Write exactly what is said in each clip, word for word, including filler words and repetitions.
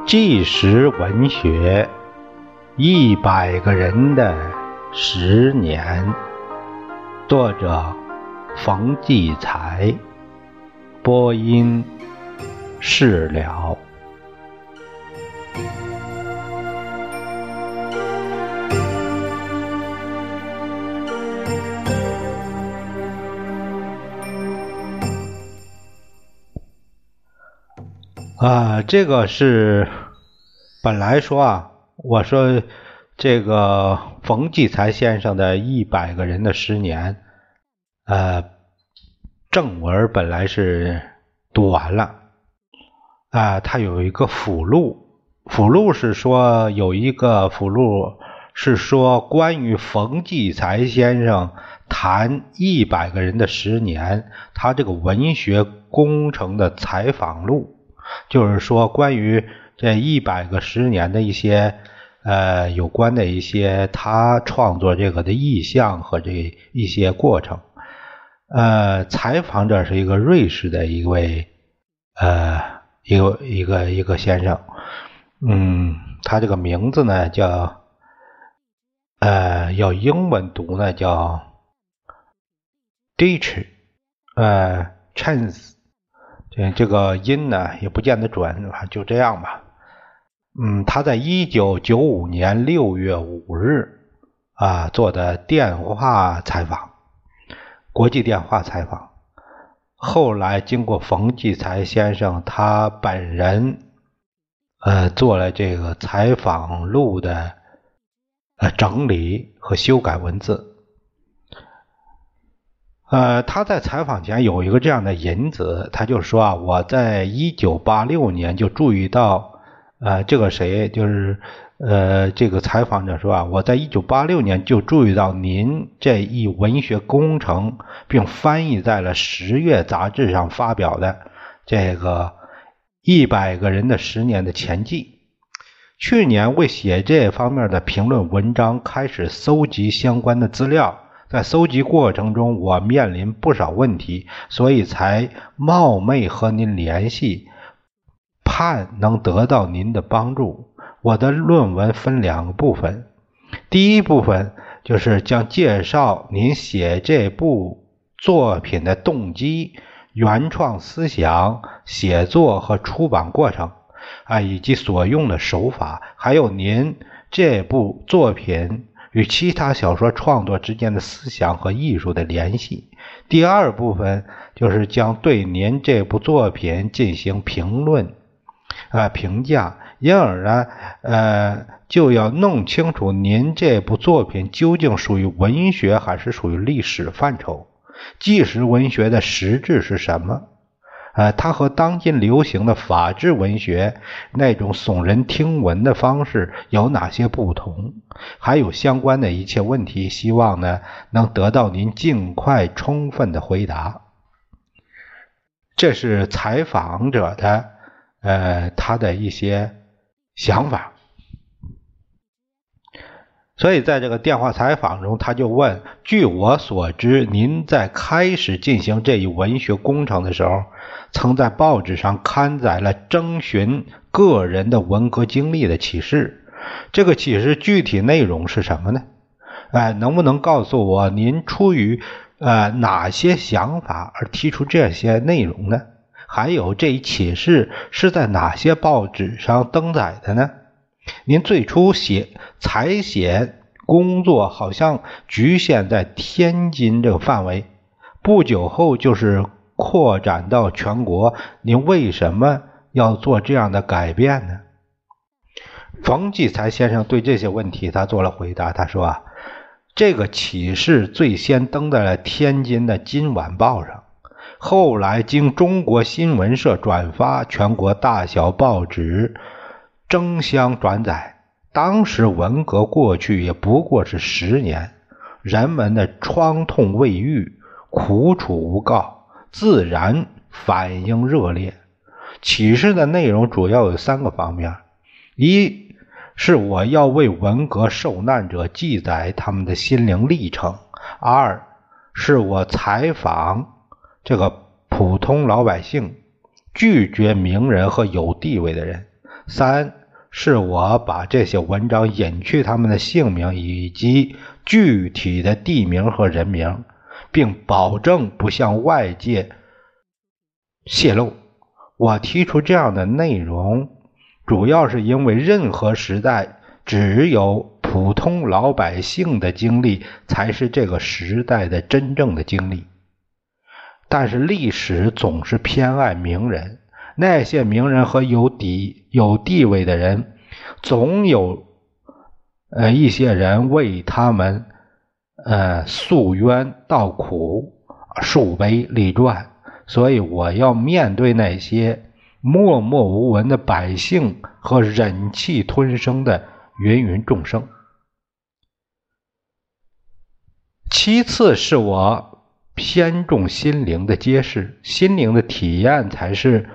纪实文学，一百个人的十年，作者冯骥才，播音释了。啊，这个是本来说啊，我说这个冯骥才先生的一百个人的十年，呃，正文本来是读完了，啊、呃，他有一个附录，附录是说有一个附录是说关于冯骥才先生谈一百个人的十年，他这个文学工程的采访录。就是说关于这一百个十年的一些呃有关的一些他创作这个的意象和这一些过程。呃采访者是一个瑞士的一位呃一个一个一个先生，嗯他这个名字呢叫呃要英文读呢叫 Dietrich 呃 Chance，这个音呢也不见得准，就这样吧。嗯，他在一九九五年六月五日啊做的电话采访，国际电话采访。后来经过冯骥才先生他本人呃做了这个采访录的呃整理和修改文字。呃，他在采访前有一个这样的引子，他就说啊，我在一九八六年就注意到，呃，这个谁就是呃，这个采访者说啊，我在一九八六年就注意到您这一文学工程，并翻译在了十月杂志上发表的这个一百个人的十年的前记。去年为写这方面的评论文章，开始搜集相关的资料。在搜集过程中，我面临不少问题，所以才冒昧和您联系，盼能得到您的帮助。我的论文分两个部分，第一部分就是将介绍您写这部作品的动机、原创思想、写作和出版过程啊，以及所用的手法，还有您这部作品与其他小说创作之间的思想和艺术的联系。第二部分就是将对您这部作品进行评论、呃、评价，因而呢，呃，就要弄清楚您这部作品究竟属于文学还是属于历史范畴，纪实文学的实质是什么。呃，它和当今流行的法治文学那种耸人听闻的方式有哪些不同？还有相关的一切问题，希望呢能得到您尽快充分的回答。这是采访者的呃他的一些想法。所以在这个电话采访中，他就问，据我所知，您在开始进行这一文学工程的时候，曾在报纸上刊载了征询个人的文革经历的启事，这个启事具体内容是什么呢？呃、能不能告诉我您出于呃哪些想法而提出这些内容呢？还有这一启事是在哪些报纸上登载的呢？您最初写采写工作好像局限在天津这个范围，不久后就是扩展到全国，您为什么要做这样的改变呢？冯骥才先生对这些问题他做了回答，他说啊，这个启事最先登在了天津的《今晚报》上，后来经中国新闻社转发，全国大小报纸争相转载。当时文革过去也不过是十年，人们的创痛未愈，苦楚无告，自然反应热烈。启示的内容主要有三个方面，一是我要为文革受难者记载他们的心灵历程，二是我采访这个普通老百姓，拒绝名人和有地位的人， 三是我把这些文章隐去他们的姓名以及具体的地名和人名，并保证不向外界泄露。我提出这样的内容，主要是因为任何时代只有普通老百姓的经历才是这个时代的真正的经历。但是历史总是偏爱名人，那些名人和有地有地位的人，总有呃一些人为他们呃诉冤道苦，树碑立传。所以我要面对那些默默无闻的百姓和忍气吞声的芸芸众生。其次是我偏重心灵的揭示，心灵的体验才是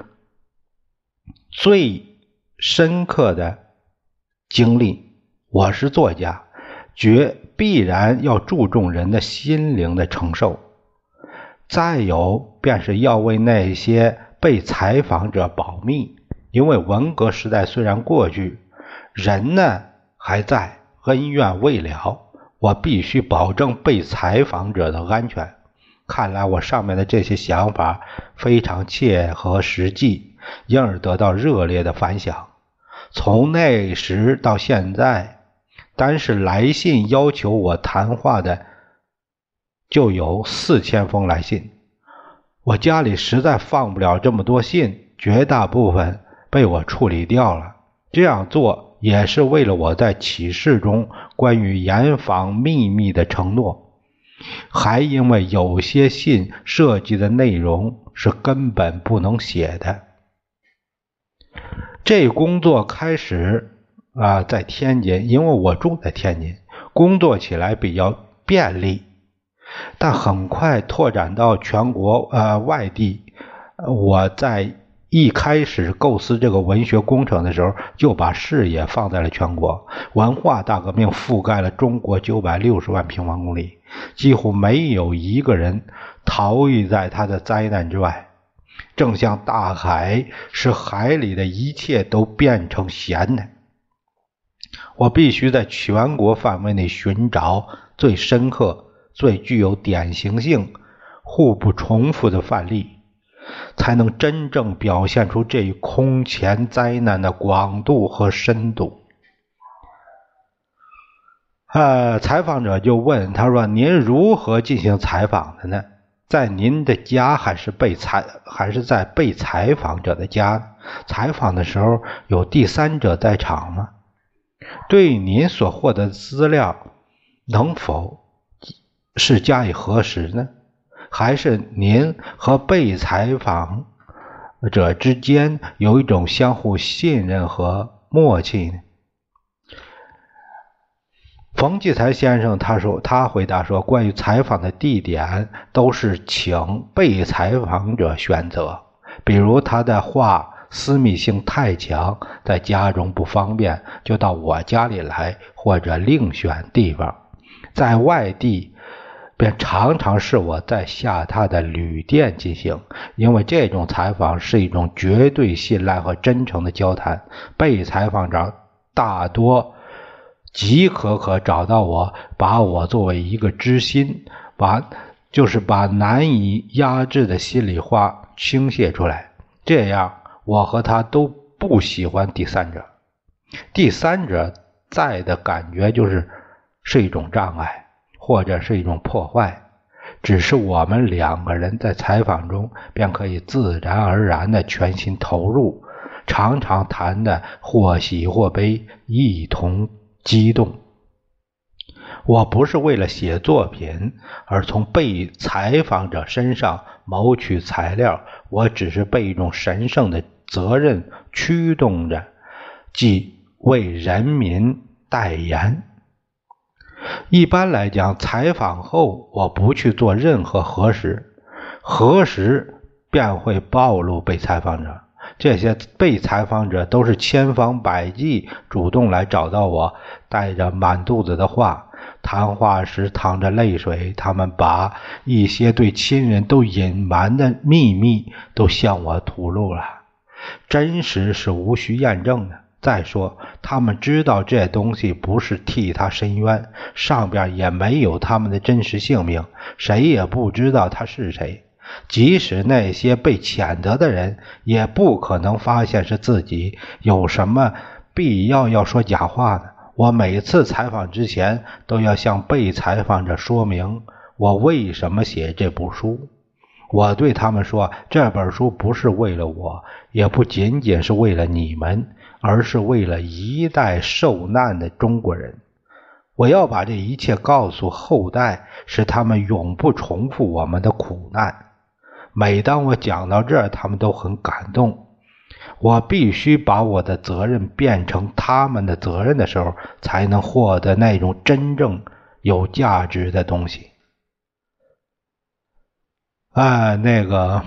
最深刻的经历。我是作家，绝必然要注重人的心灵的承受。再有便是要为那些被采访者保密，因为文革时代虽然过去，人呢还在，恩怨未了，我必须保证被采访者的安全。看来我上面的这些想法非常切合实际，因而得到热烈的反响。从那时到现在，单是来信要求我谈话的就有四千封来信。我家里实在放不了这么多信，绝大部分被我处理掉了。这样做也是为了我在启示中关于严防秘密的承诺，还因为有些信涉及的内容是根本不能写的。这工作开始啊、呃，在天津，因为我住在天津，工作起来比较便利。但很快拓展到全国呃外地。我在一开始构思这个文学工程的时候，就把视野放在了全国。文化大革命覆盖了中国九百六十万平方公里，几乎没有一个人逃逸在它的灾难之外。正像大海使海里的一切都变成咸的，我必须在全国范围内寻找最深刻、最具有典型性、互不重复的范例，才能真正表现出这一空前灾难的广度和深度。呃，采访者就问他说：“您如何进行采访的呢？在您的家还是被采还是在被采访者的家？采访的时候有第三者在场吗？对您所获得的资料能否是加以核实呢？还是您和被采访者之间有一种相互信任和默契呢？”冯骥才先生他说他回答说，关于采访的地点都是请被采访者选择，比如他的话私密性太强，在家中不方便，就到我家里来，或者另选地方。在外地便常常是我在下榻的旅店进行，因为这种采访是一种绝对信赖和真诚的交谈。被采访者大多即可可找到我，把我作为一个知心，把就是把难以压制的心里话倾泻出来。这样我和他都不喜欢第三者，第三者在的感觉就是是一种障碍，或者是一种破坏。只是我们两个人在采访中便可以自然而然的全心投入，常常谈的或喜或悲，一同激动。我不是为了写作品而从被采访者身上谋取材料，我只是被一种神圣的责任驱动着，即为人民代言。一般来讲，采访后我不去做任何核实，核实便会暴露被采访者。这些被采访者都是千方百计主动来找到我，带着满肚子的话，谈话时淌着泪水，他们把一些对亲人都隐瞒的秘密都向我吐露了。真实是无需验证的， 再说，他们知道这东西不是替他伸冤，上边也没有他们的真实姓名，谁也不知道他是谁。即使那些被谴责的人，也不可能发现是自己，有什么必要要说假话呢？我每次采访之前，都要向被采访者说明我为什么写这部书。我对他们说，这本书不是为了我，也不仅仅是为了你们，而是为了一代受难的中国人。我要把这一切告诉后代，使他们永不重复我们的苦难。每当我讲到这儿，他们都很感动。我必须把我的责任变成他们的责任的时候，才能获得那种真正有价值的东西。啊，那个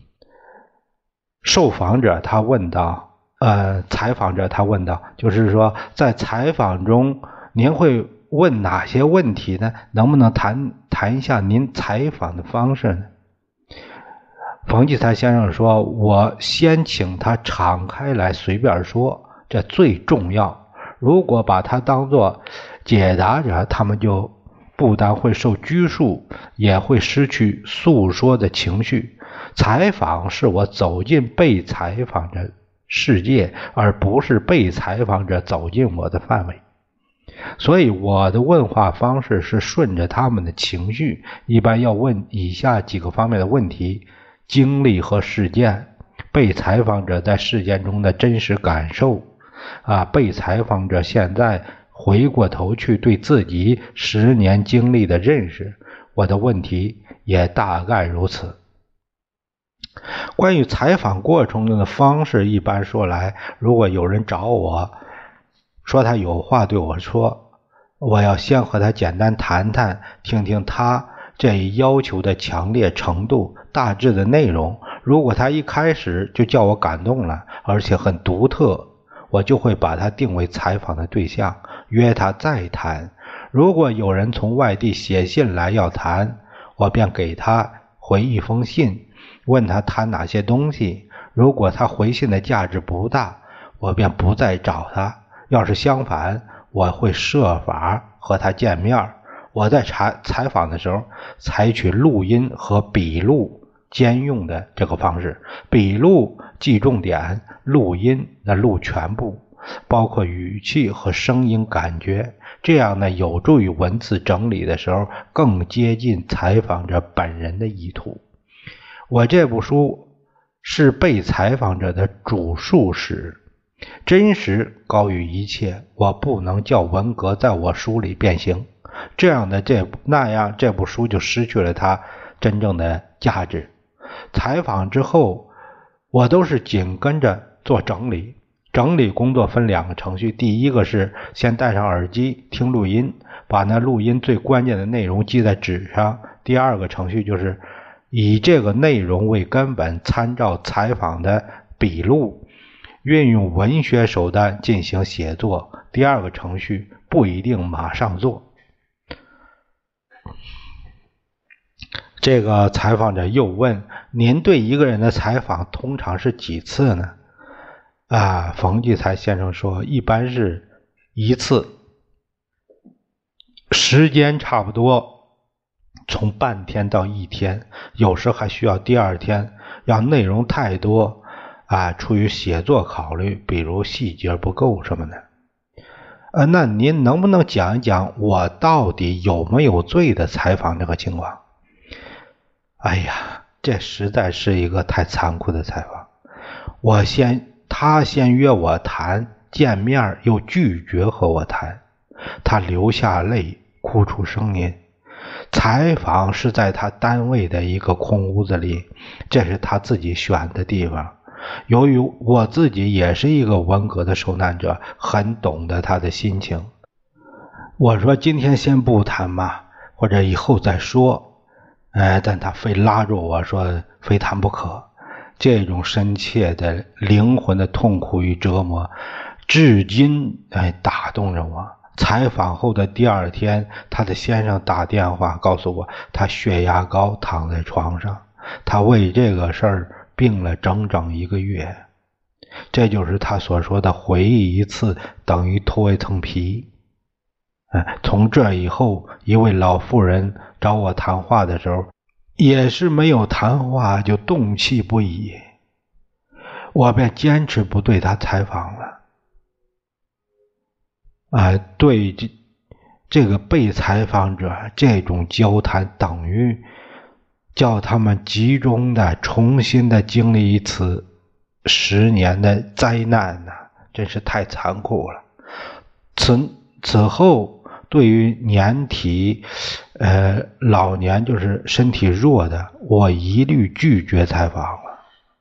受访者他问道，呃，采访者他问道，就是说在采访中您会问哪些问题呢？能不能谈谈一下您采访的方式呢？冯骥才先生说，我先请他敞开来随便说，这最重要。如果把他当作解答者，他们就不但会受拘束，也会失去诉说的情绪。采访是我走进被采访者世界，而不是被采访者走进我的范围。所以我的问话方式是顺着他们的情绪，一般要问以下几个方面的问题：经历和事件，被采访者在事件中的真实感受，啊，被采访者现在回过头去对自己十年经历的认识。我的问题也大概如此。关于采访过程中的方式，一般说来，如果有人找我说他有话对我说，我要先和他简单谈谈，听听他这一要求的强烈程度，大致的内容。如果他一开始就叫我感动了，而且很独特，我就会把他定为采访的对象，约他再谈。如果有人从外地写信来要谈，我便给他回一封信，问他谈哪些东西。如果他回信的价值不大，我便不再找他。要是相反，我会设法和他见面。我在采采访的时候，采取录音和笔录兼用的这个方式。笔录记重点，录音那录全部，包括语气和声音感觉，这样呢有助于文字整理的时候更接近采访者本人的意图。我这部书是被采访者的主述史，真实高于一切，我不能叫文革在我书里变形，这样的这那样这部书就失去了它真正的价值。采访之后，我都是紧跟着做整理。整理工作分两个程序，第一个是先戴上耳机听录音，把那录音最关键的内容记在纸上。第二个程序就是以这个内容为根本，参照采访的笔录，运用文学手段进行写作。第二个程序不一定马上做。这个采访者又问，您对一个人的采访通常是几次呢？啊，冯骥才先生说，一般是一次，时间差不多从半天到一天，有时还需要第二天。要内容太多啊，出于写作考虑，比如细节不够什么的。呃，那您能不能讲一讲我到底有没有罪的采访这个情况？哎呀，这实在是一个太残酷的采访。我先他先约我谈，见面又拒绝和我谈，他流下泪，哭出声音。采访是在他单位的一个空屋子里，这是他自己选的地方。由于我自己也是一个文革的受难者，很懂得他的心情。我说今天先不谈嘛，或者以后再说。呃，但他非拉住我说非谈不可。这种深切的灵魂的痛苦与折磨，至今哎打动着我。采访后的第二天，他的先生打电话告诉我，他血压高，躺在床上，他为这个事儿病了整整一个月。 这就是他所说的回忆一次等于脱一层皮。从这以后，一位老妇人找我谈话的时候，也是没有谈话就动气不已，我便坚持不对他采访了。啊，对这这个被采访者这种交谈，等于叫他们集中的重新的经历一次十年的灾难呢、啊，真是太残酷了。此此后，对于年体呃老年就是身体弱的，我一律拒绝采访了。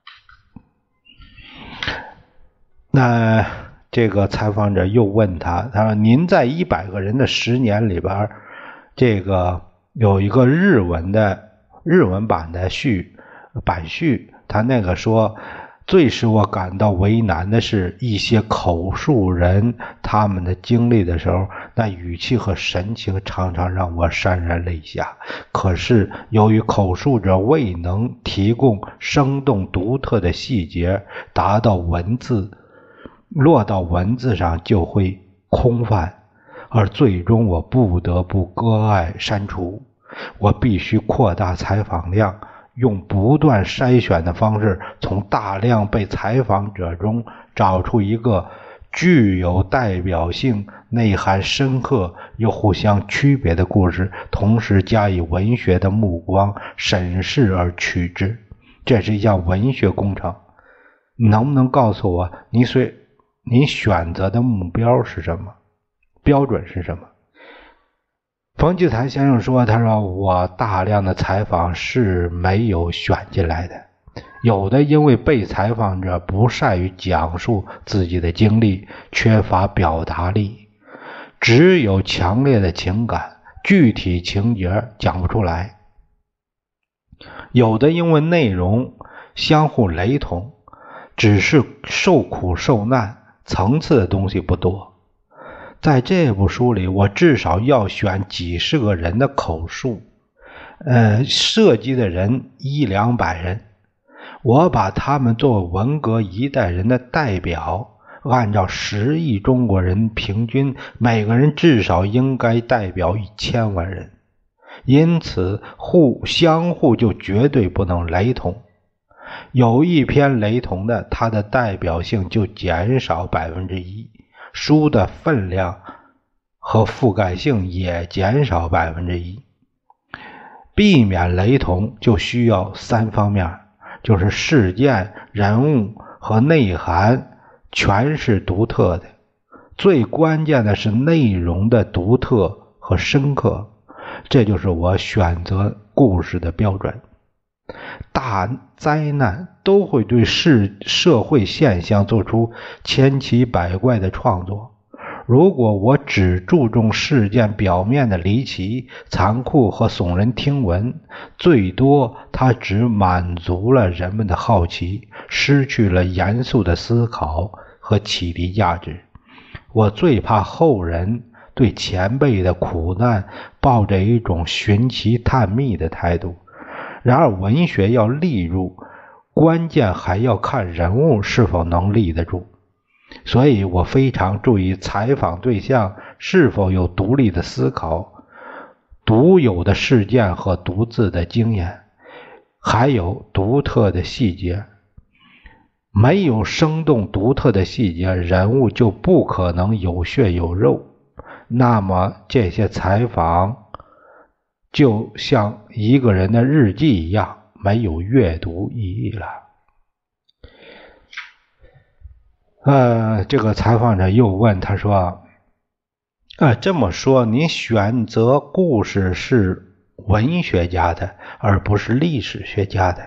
那这个采访者又问他，他说：“您在一百个人的十年里边，这个有一个日文的日文版的序版序，他那个说，最使我感到为难的是一些口述人他们的经历的时候，那语气和神情常常让我潸然泪下。可是由于口述者未能提供生动独特的细节，达到文字。”落到文字上就会空泛，而最终我不得不割爱删除。我必须扩大采访量，用不断筛选的方式，从大量被采访者中找出一个具有代表性、内涵深刻又互相区别的故事，同时加以文学的目光审视而取之。这是一项文学工程。你能不能告诉我，你虽你选择的目标是什么？标准是什么？冯骥才先生说，他说我大量的采访是没有选进来的，有的因为被采访者不善于讲述自己的经历，缺乏表达力，只有强烈的情感，具体情节讲不出来；有的因为内容相互雷同，只是受苦受难，层次的东西不多。在这部书里，我至少要选几十个人的口述，呃，涉及的人一两百人，我把他们作为文革一代人的代表，按照十亿中国人平均，每个人至少应该代表一千万人，因此互相互就绝对不能雷同。有一篇雷同的，它的代表性就减少百分之一，书的分量和覆盖性也减少百分之一。避免雷同就需要三方面，就是事件、人物和内涵全是独特的，最关键的是内容的独特和深刻，这就是我选择故事的标准。大灾难都会对世社会现象做出千奇百怪的创作，如果我只注重事件表面的离奇、残酷和耸人听闻，最多它只满足了人们的好奇，失去了严肃的思考和启迪价值。我最怕后人对前辈的苦难抱着一种寻奇探秘的态度。然而文学要立住，关键还要看人物是否能立得住。所以我非常注意采访对象是否有独立的思考、独有的事件和独自的经验，还有独特的细节。没有生动独特的细节，人物就不可能有血有肉，那么这些采访就像一个人的日记一样，没有阅读意义了。呃，这个采访者又问，他说，呃，这么说，你选择故事是文学家的，而不是历史学家的。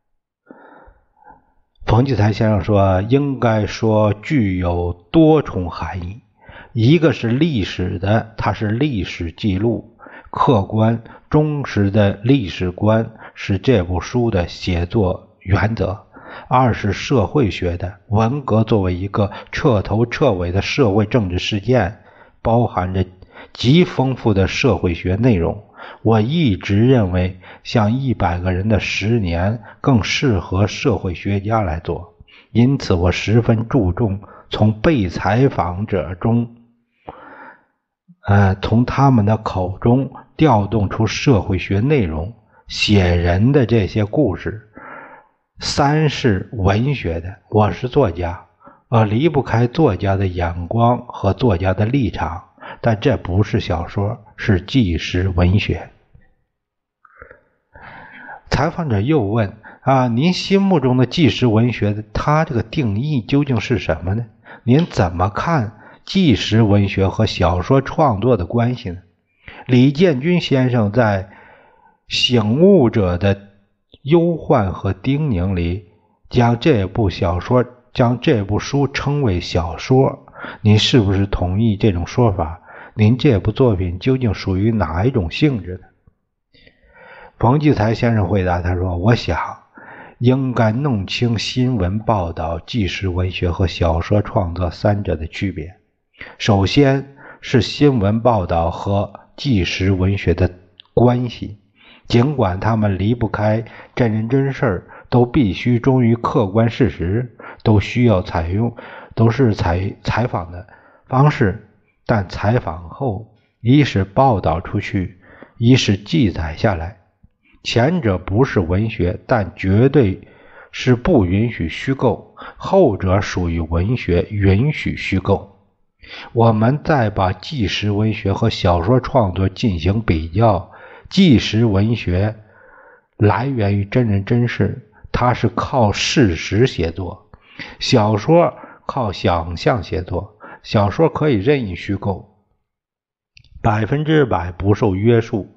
冯骥才先生说，应该说具有多重含义。一个是历史的，它是历史记录，客观忠实的历史观是这部书的写作原则。二是社会学的，文革作为一个彻头彻尾的社会政治事件，包含着极丰富的社会学内容。我一直认为像一百个人的十年更适合社会学家来做， 因此我十分注重从被采访者中呃，从他们的口中调动出社会学内容，写人的这些故事。三是文学的，我是作家，呃，离不开作家的眼光和作家的立场，但这不是小说，是纪实文学。采访者又问啊，您心目中的纪实文学的它这个定义究竟是什么呢？您怎么看纪实文学和小说创作的关系呢？李建军先生在《醒悟者的忧患和叮咛》里将这部小说将这部书称为小说，您是不是同意这种说法？您这部作品究竟属于哪一种性质呢？冯骥才先生回答，他说，我想应该弄清新闻报道、纪实文学和小说创作三者的区别。首先是新闻报道和纪实文学的关系，尽管他们离不开真人真事，都必须忠于客观事实，都需要采用都是采采访的方式，但采访后一是报道出去，一是记载下来。前者不是文学，但绝对是不允许虚构，后者属于文学，允许虚构。我们再把纪实文学和小说创作进行比较，纪实文学来源于真人真事，它是靠事实写作；小说靠想象写作，小说可以任意虚构，百分之百不受约束。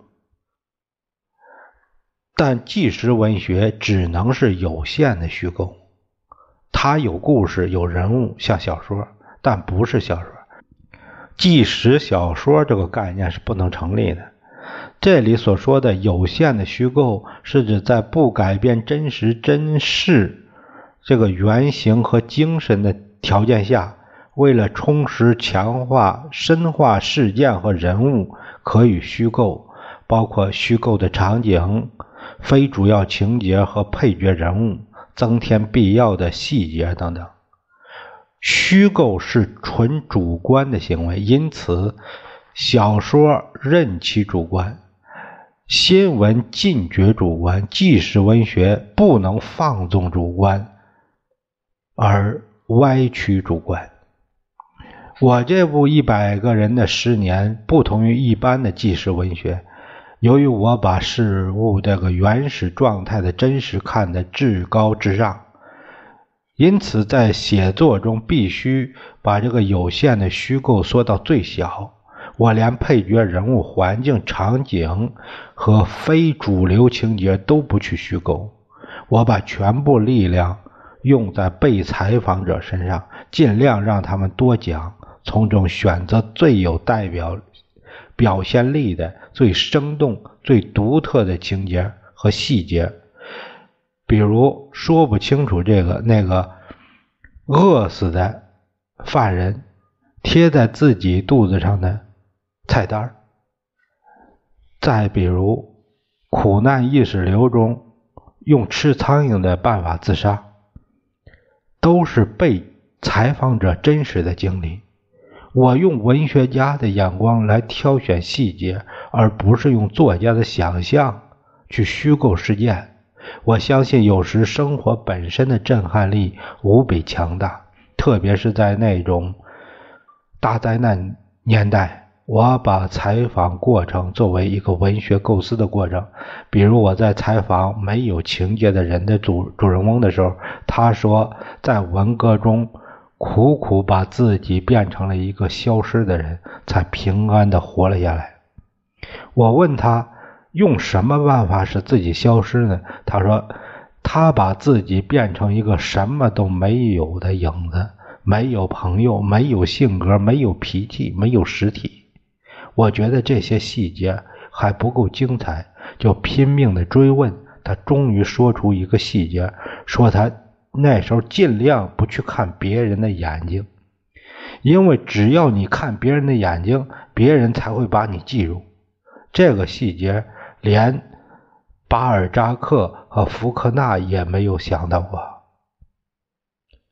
但纪实文学只能是有限的虚构，它有故事有人物，像小说，但不是小说。纪实小说这个概念是不能成立的。这里所说的有限的虚构，是指在不改变真实真事这个原型和精神的条件下，为了充实、强化、深化事件和人物，可以虚构，包括虚构的场景、非主要情节和配角人物，增添必要的细节等等。虚构是纯主观的行为，因此小说任其主观，新闻禁绝主观，纪实文学不能放纵主观而歪曲主观。我这部一百个人的十年不同于一般的纪实文学，由于我把事物这个原始状态的真实看得至高至上，因此在写作中必须把这个有限的虚构缩到最小。我连配角人物、环境、场景和非主流情节都不去虚构，我把全部力量用在被采访者身上，尽量让他们多讲，从中选择最有代表表现力的、最生动、最独特的情节和细节。比如说不清楚这个那个饿死的犯人贴在自己肚子上的菜单，再比如苦难意识流中用吃苍蝇的办法自杀，都是被采访者真实的经历。我用文学家的眼光来挑选细节，而不是用作家的想象去虚构事件。我相信有时生活本身的震撼力无比强大，特别是在那种大灾难年代，我把采访过程作为一个文学构思的过程。比如我在采访没有情节的人的主主人翁的时候，他说在文革中苦苦把自己变成了一个消失的人，才平安地活了下来。我问他用什么办法使自己消失呢？他说他把自己变成一个什么都没有的影子，没有朋友，没有性格，没有脾气，没有实体。我觉得这些细节还不够精彩，就拼命地追问。他终于说出一个细节，说他那时候尽量不去看别人的眼睛，因为只要你看别人的眼睛，别人才会把你记住。这个细节连巴尔扎克和福克纳也没有想到过。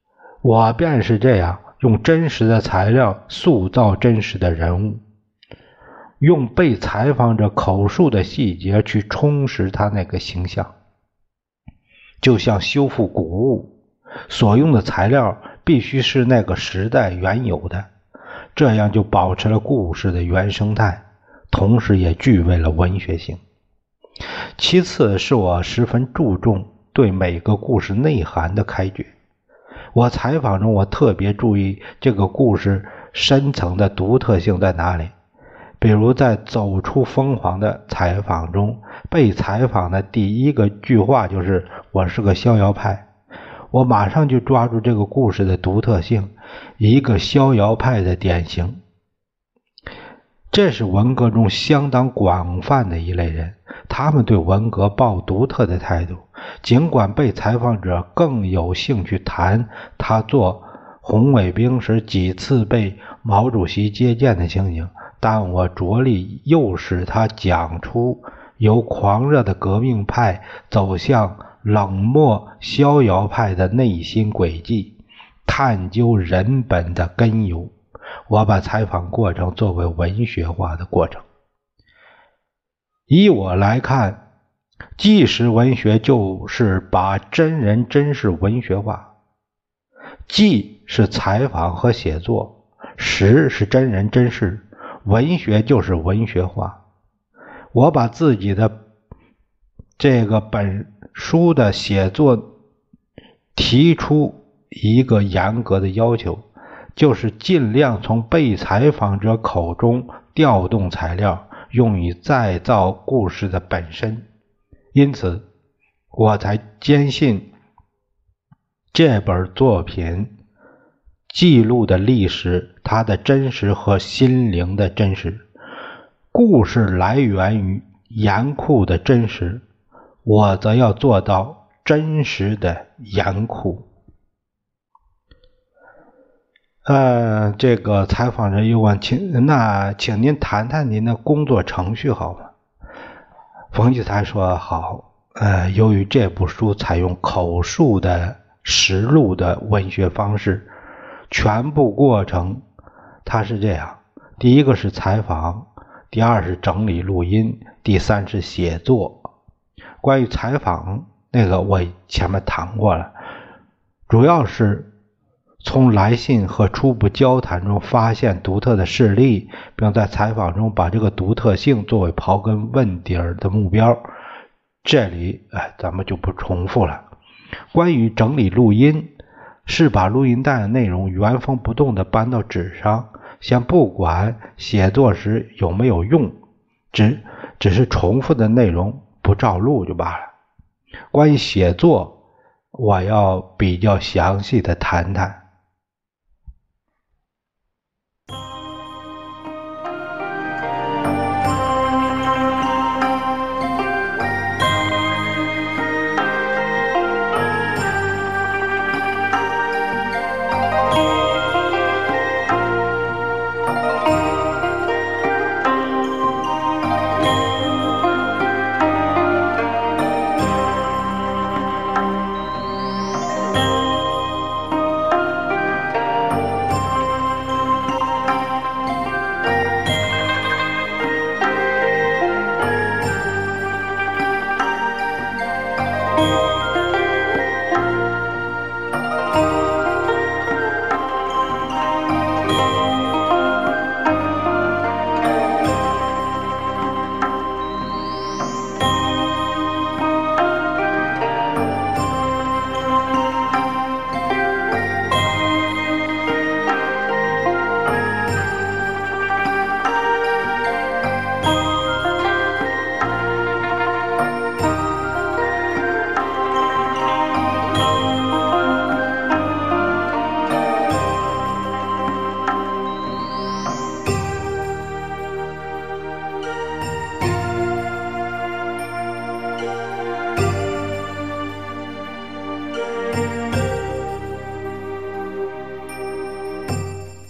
我便是这样用真实的材料塑造真实的人物，用被采访者口述的细节去充实他那个形象。就像修复古物，所用的材料必须是那个时代原有的，这样就保持了故事的原生态，同时也具备了文学性。其次是我十分注重对每个故事内涵的开掘。我采访中，我特别注意这个故事深层的独特性在哪里。比如在走出疯狂的采访中，被采访的第一个句话就是我是个逍遥派。我马上就抓住这个故事的独特性，一个逍遥派的典型。这是文革中相当广泛的一类人，他们对文革抱独特的态度。尽管被采访者更有兴趣谈他做红卫兵时几次被毛主席接见的情形，但我着力诱使他讲出由狂热的革命派走向冷漠逍遥派的内心轨迹，探究人本的根由。我把采访过程作为文学化的过程。以我来看，纪实文学就是把真人真事文学化。纪是采访和写作，实是真人真事，文学就是文学化。我把自己的这个本书的写作提出一个严格的要求，就是尽量从被采访者口中调动材料，用于再造故事的本身。因此，我才坚信这本作品记录的历史，它的真实和心灵的真实。故事来源于严酷的真实，我则要做到真实的严酷。呃，这个采访人又问，请那请您谈谈您的工作程序好吗？冯骥才说好。呃，由于这部书采用口述的实录的文学方式，全部过程它是这样：第一个是采访，第二是整理录音，第三是写作。关于采访那个我前面谈过了，主要是从来信和初步交谈中发现独特的事例，并在采访中把这个独特性作为刨根问底儿的目标。这里哎，咱们就不重复了。关于整理录音，是把录音带的内容原封不动地搬到纸上，先不管写作时有没有用，只只是重复的内容不照录就罢了。关于写作，我要比较详细的谈谈。